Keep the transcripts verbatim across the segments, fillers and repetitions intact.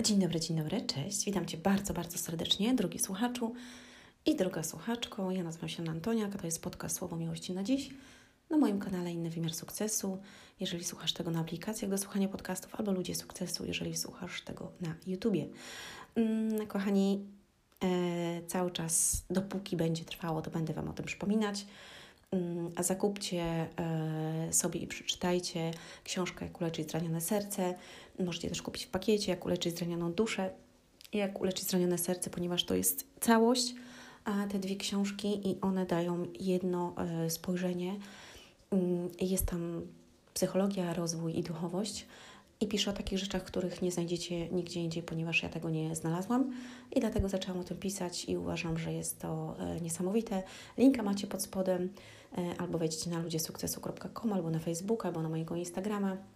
Dzień dobry, dzień dobry, cześć. Witam Cię bardzo, bardzo serdecznie, drogi słuchaczu i droga słuchaczko. Ja nazywam się Antoniak, a to jest podcast Słowo Miłości na dziś na moim kanale Inny Wymiar Sukcesu. Jeżeli słuchasz tego na aplikacjach do słuchania podcastów, albo Ludzie Sukcesu, jeżeli słuchasz tego na YouTubie. Hmm, kochani, e, cały czas, dopóki będzie trwało, to będę Wam o tym przypominać. A zakupcie e, sobie i przeczytajcie książkę Jak uleczyć zranione serce. Możecie też kupić w pakiecie Jak uleczyć zranioną duszę i Jak uleczyć zranione serce, ponieważ to jest całość, a te dwie książki i one dają jedno e, spojrzenie. Jest tam psychologia, rozwój i duchowość. I piszę o takich rzeczach, których nie znajdziecie nigdzie indziej, ponieważ ja tego nie znalazłam i dlatego zaczęłam o tym pisać i uważam, że jest to e, niesamowite. Linka macie pod spodem, e, albo wejdźcie na ludzie sukcesu kropka com, albo na Facebooka, albo na mojego Instagrama e,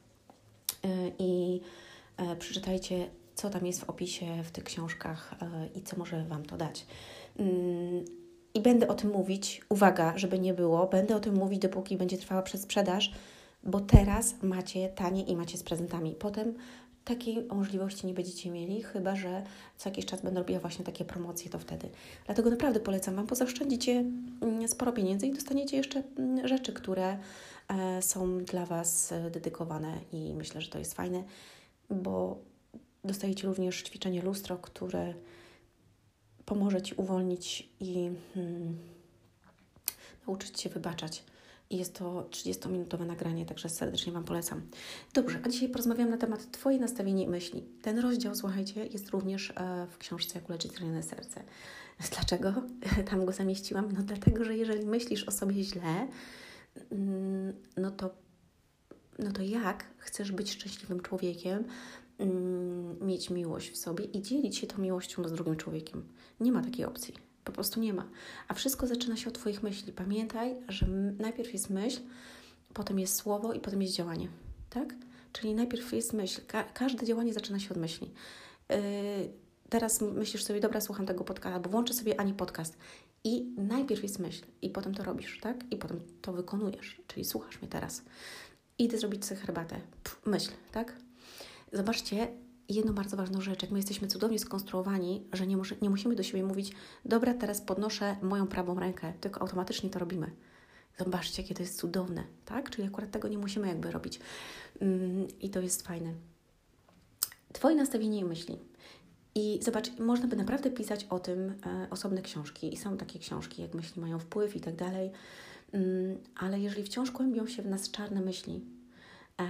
i e, przeczytajcie, co tam jest w opisie w tych książkach e, i co może Wam to dać. Mm, I będę o tym mówić, uwaga, żeby nie było, będę o tym mówić, dopóki będzie trwała przedsprzedaż, bo teraz macie tanie i macie z prezentami. Potem takiej możliwości nie będziecie mieli, chyba że co jakiś czas będę robiła właśnie takie promocje, to wtedy. Dlatego naprawdę polecam Wam, bo zaoszczędzicie sporo pieniędzy i dostaniecie jeszcze rzeczy, które są dla Was dedykowane i myślę, że to jest fajne, bo dostajecie również ćwiczenie lustro, które pomoże Ci uwolnić i hmm, nauczyć się wybaczać. I jest to trzydziestominutowe nagranie, także serdecznie Wam polecam. Dobrze, a dzisiaj porozmawiam na temat Twoje nastawienie i myśli. Ten rozdział, słuchajcie, jest również w książce Jak uleczyć zranione serce. Dlaczego tam go zamieściłam? No dlatego, że jeżeli myślisz o sobie źle, no to, no to jak chcesz być szczęśliwym człowiekiem, mieć miłość w sobie i dzielić się tą miłością z drugim człowiekiem? Nie ma takiej opcji. Po prostu nie ma. A wszystko zaczyna się od Twoich myśli. Pamiętaj, że najpierw jest myśl, potem jest słowo i potem jest działanie. Tak? Czyli najpierw jest myśl. Ka- każde działanie zaczyna się od myśli. Yy, teraz myślisz sobie, dobra, słucham tego podcasta, albo włączę sobie Ani podcast. I najpierw jest myśl i potem to robisz, tak? I potem to wykonujesz. Czyli słuchasz mnie teraz. Idę zrobić sobie herbatę. Pff, myśl, tak? Zobaczcie, jedną bardzo ważną rzecz, jak my jesteśmy cudownie skonstruowani, że nie, może, nie musimy do siebie mówić, dobra, teraz podnoszę moją prawą rękę, tylko automatycznie to robimy. Zobaczcie, jakie to jest cudowne, tak? Czyli akurat tego nie musimy jakby robić. Ym, I to jest fajne. Twoje nastawienie i myśli. I zobacz, można by naprawdę pisać o tym e, osobne książki i są takie książki, jak myśli mają wpływ i tak dalej, Ym, ale jeżeli wciąż kłębią się w nas czarne myśli, e,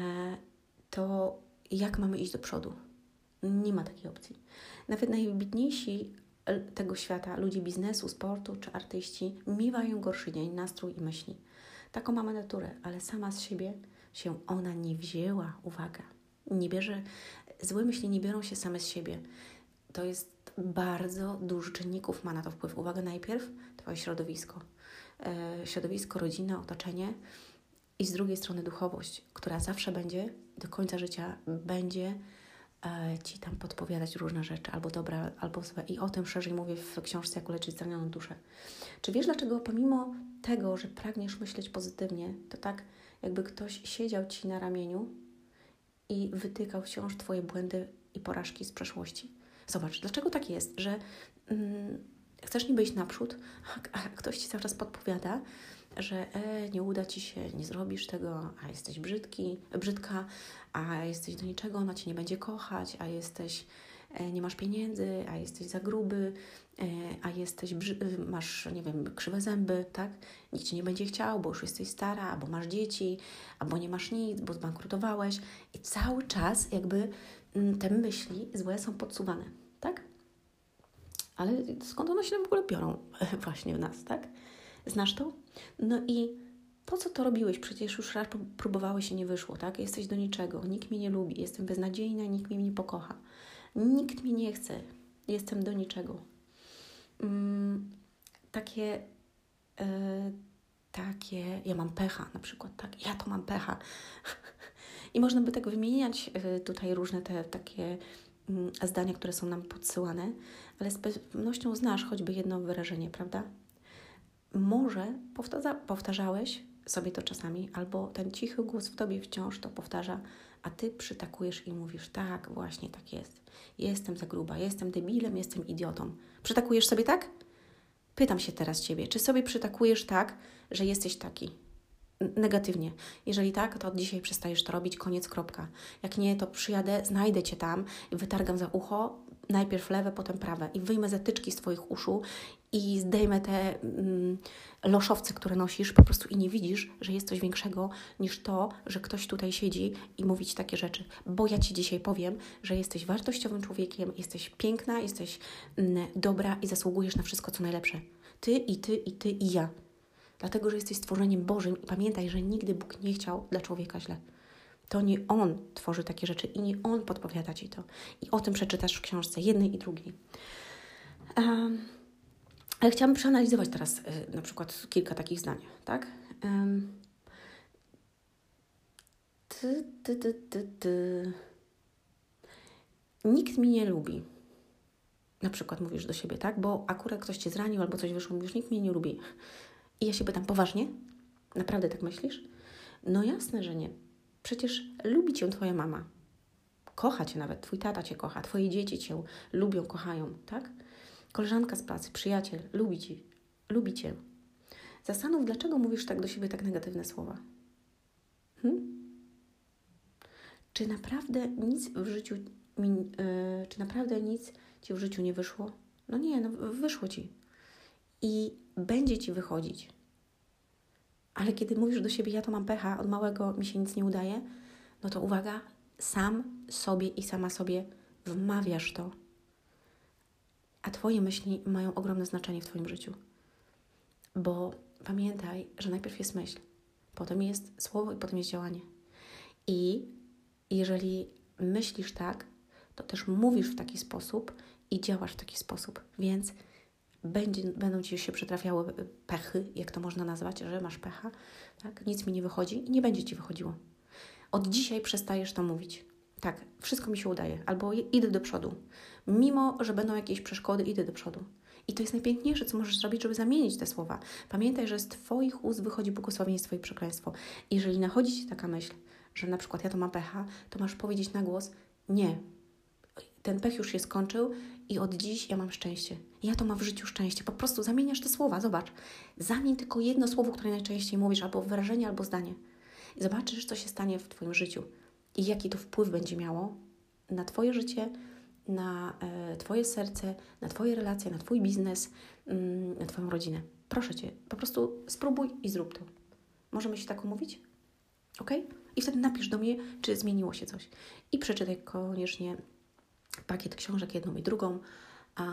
to jak mamy iść do przodu? Nie ma takiej opcji. Nawet najwybitniejsi tego świata, ludzie biznesu, sportu czy artyści, miewają gorszy dzień, nastrój i myśli. Taką mamy naturę, ale sama z siebie się ona nie wzięła. Uwaga, nie bierze, złe myśli nie biorą się same z siebie. To jest bardzo dużo czynników, ma na to wpływ. Uwaga, najpierw Twoje środowisko. E, środowisko, rodzina, otoczenie i z drugiej strony duchowość, która zawsze będzie, do końca życia będzie Ci tam podpowiadać różne rzeczy, albo dobre, albo złe. I o tym szerzej mówię w książce Jak uleczyć zranioną duszę. Czy wiesz, dlaczego pomimo tego, że pragniesz myśleć pozytywnie, to tak jakby ktoś siedział Ci na ramieniu i wytykał wciąż Twoje błędy i porażki z przeszłości? Zobacz, dlaczego tak jest, że mm, chcesz niby iść naprzód, a, a ktoś Ci cały czas podpowiada, że e, nie uda Ci się, nie zrobisz tego, a jesteś brzydki, brzydka, a jesteś do niczego, ona Cię nie będzie kochać, a jesteś, e, nie masz pieniędzy, a jesteś za gruby, e, a jesteś, brzy- masz, nie wiem, krzywe zęby, tak? Nikt Cię nie będzie chciał, bo już jesteś stara, albo masz dzieci, albo nie masz nic, bo zbankrutowałeś. I cały czas jakby m, te myśli złe są podsuwane, tak? Ale skąd one się w ogóle biorą właśnie w nas, tak? Znasz to? No i po co to robiłeś? Przecież już raz próbowałeś i nie wyszło, tak? Jesteś do niczego, nikt mnie nie lubi, jestem beznadziejna, nikt mnie nie pokocha. Nikt mnie nie chce, jestem do niczego. Mm, takie, e, takie, ja mam pecha na przykład, tak? Ja to mam pecha. I można by tak wymieniać e, tutaj różne te takie mm, zdania, które są nam podsyłane, ale z pewnością znasz choćby jedno wyrażenie, prawda? Może powtarza, powtarzałeś sobie to czasami, albo ten cichy głos w tobie wciąż to powtarza, a ty przytakujesz i mówisz, tak, właśnie tak jest. Jestem za gruba, jestem debilem, jestem idiotą. Przytakujesz sobie tak? Pytam się teraz ciebie, czy sobie przytakujesz tak, że jesteś taki? Negatywnie. Jeżeli tak, to od dzisiaj przestajesz to robić, koniec, kropka. Jak nie, to przyjadę, znajdę cię tam i wytargam za ucho, najpierw lewe, potem prawe i wyjmę zatyczki z twoich uszu i zdejmę te mm, loszowce, które nosisz po prostu i nie widzisz, że jest coś większego niż to, że ktoś tutaj siedzi i mówi ci takie rzeczy. Bo ja ci dzisiaj powiem, że jesteś wartościowym człowiekiem, jesteś piękna, jesteś mm, dobra i zasługujesz na wszystko, co najlepsze. Ty i ty i ty i ja. Dlatego, że jesteś stworzeniem Bożym i pamiętaj, że nigdy Bóg nie chciał dla człowieka źle. To nie On tworzy takie rzeczy i nie On podpowiada ci to. I o tym przeczytasz w książce jednej i drugiej. Um, ale chciałabym przeanalizować teraz y, na przykład kilka takich zdań, tak? Um, ty, ty, ty, ty, ty. Nikt mnie nie lubi. Na przykład mówisz do siebie, tak? Bo akurat ktoś cię zranił albo coś wyszło, mówisz, nikt mnie nie lubi. I ja się pytam, poważnie? Naprawdę tak myślisz? No jasne, że nie. Przecież lubi cię twoja mama. Kocha cię nawet, twój tata cię kocha, twoje dzieci cię lubią, kochają, tak? Koleżanka z pracy, przyjaciel, lubi cię, lubi cię. Zastanów, dlaczego mówisz tak do siebie tak negatywne słowa. Hm? Czy naprawdę nic w życiu, mi, yy, czy naprawdę nic ci w życiu nie wyszło? No nie, no wyszło ci. I będzie ci wychodzić. Ale kiedy mówisz do siebie, ja to mam pecha, od małego mi się nic nie udaje, no to uwaga, sam sobie i sama sobie wmawiasz to. A twoje myśli mają ogromne znaczenie w twoim życiu. Bo pamiętaj, że najpierw jest myśl, potem jest słowo i potem jest działanie. I jeżeli myślisz tak, to też mówisz w taki sposób i działasz w taki sposób. Więc będzie, będą ci się przytrafiały pechy, jak to można nazwać, że masz pecha, tak? Nic mi nie wychodzi i nie będzie ci wychodziło. Od dzisiaj przestajesz to mówić. Tak, wszystko mi się udaje, albo idę do przodu. Mimo, że będą jakieś przeszkody, idę do przodu. I to jest najpiękniejsze, co możesz zrobić, żeby zamienić te słowa. Pamiętaj, że z twoich ust wychodzi błogosławieństwo i przekleństwo. Jeżeli nachodzi ci taka myśl, że na przykład ja to mam pecha, to masz powiedzieć na głos, nie, ten pech już się skończył i od dziś ja mam szczęście. Ja to mam w życiu szczęście. Po prostu zamieniasz te słowa, zobacz. Zamień tylko jedno słowo, które najczęściej mówisz, albo wyrażenie, albo zdanie. I zobaczysz, co się stanie w twoim życiu i jaki to wpływ będzie miało na twoje życie, na e, twoje serce, na twoje relacje, na twój biznes, mm, na twoją rodzinę. Proszę cię, po prostu spróbuj i zrób to. Możemy się tak umówić? Ok? I wtedy napisz do mnie, czy zmieniło się coś. I przeczytaj koniecznie pakiet książek, jedną i drugą, a,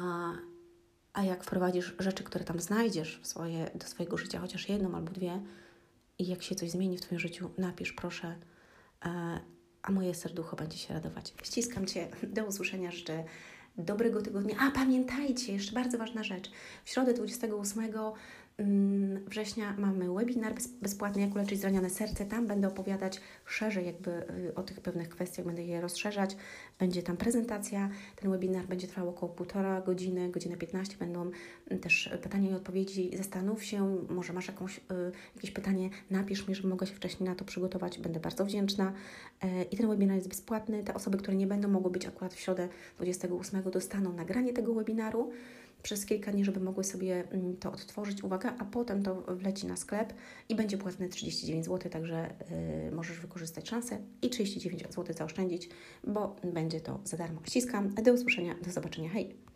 a jak wprowadzisz rzeczy, które tam znajdziesz w swoje, do swojego życia, chociaż jedną albo dwie, i jak się coś zmieni w twoim życiu, napisz proszę, e, a moje serducho będzie się radować. Ściskam cię, do usłyszenia, życzę dobrego tygodnia. A pamiętajcie, jeszcze bardzo ważna rzecz, w środę dwudziestego ósmego września mamy webinar bezpłatny, jak uleczyć zranione serce. Tam będę opowiadać szerzej jakby o tych pewnych kwestiach, będę je rozszerzać. Będzie tam prezentacja. Ten webinar będzie trwał około półtora godziny, godzinę piętnaście. Będą też pytania i odpowiedzi. Zastanów się, może masz jakąś, jakieś pytanie, napisz mi, żebym mogła się wcześniej na to przygotować. Będę bardzo wdzięczna. I ten webinar jest bezpłatny. Te osoby, które nie będą mogły być akurat w środę dwudziestego ósmego dostaną nagranie tego webinaru przez kilka dni, żeby mogły sobie to odtworzyć, uwaga, a potem to wleci na sklep i będzie płatne trzydzieści dziewięć złotych, także yy, możesz wykorzystać szansę i trzydzieści dziewięć złotych zaoszczędzić, bo będzie to za darmo. Ściskam, do usłyszenia, do zobaczenia, hej!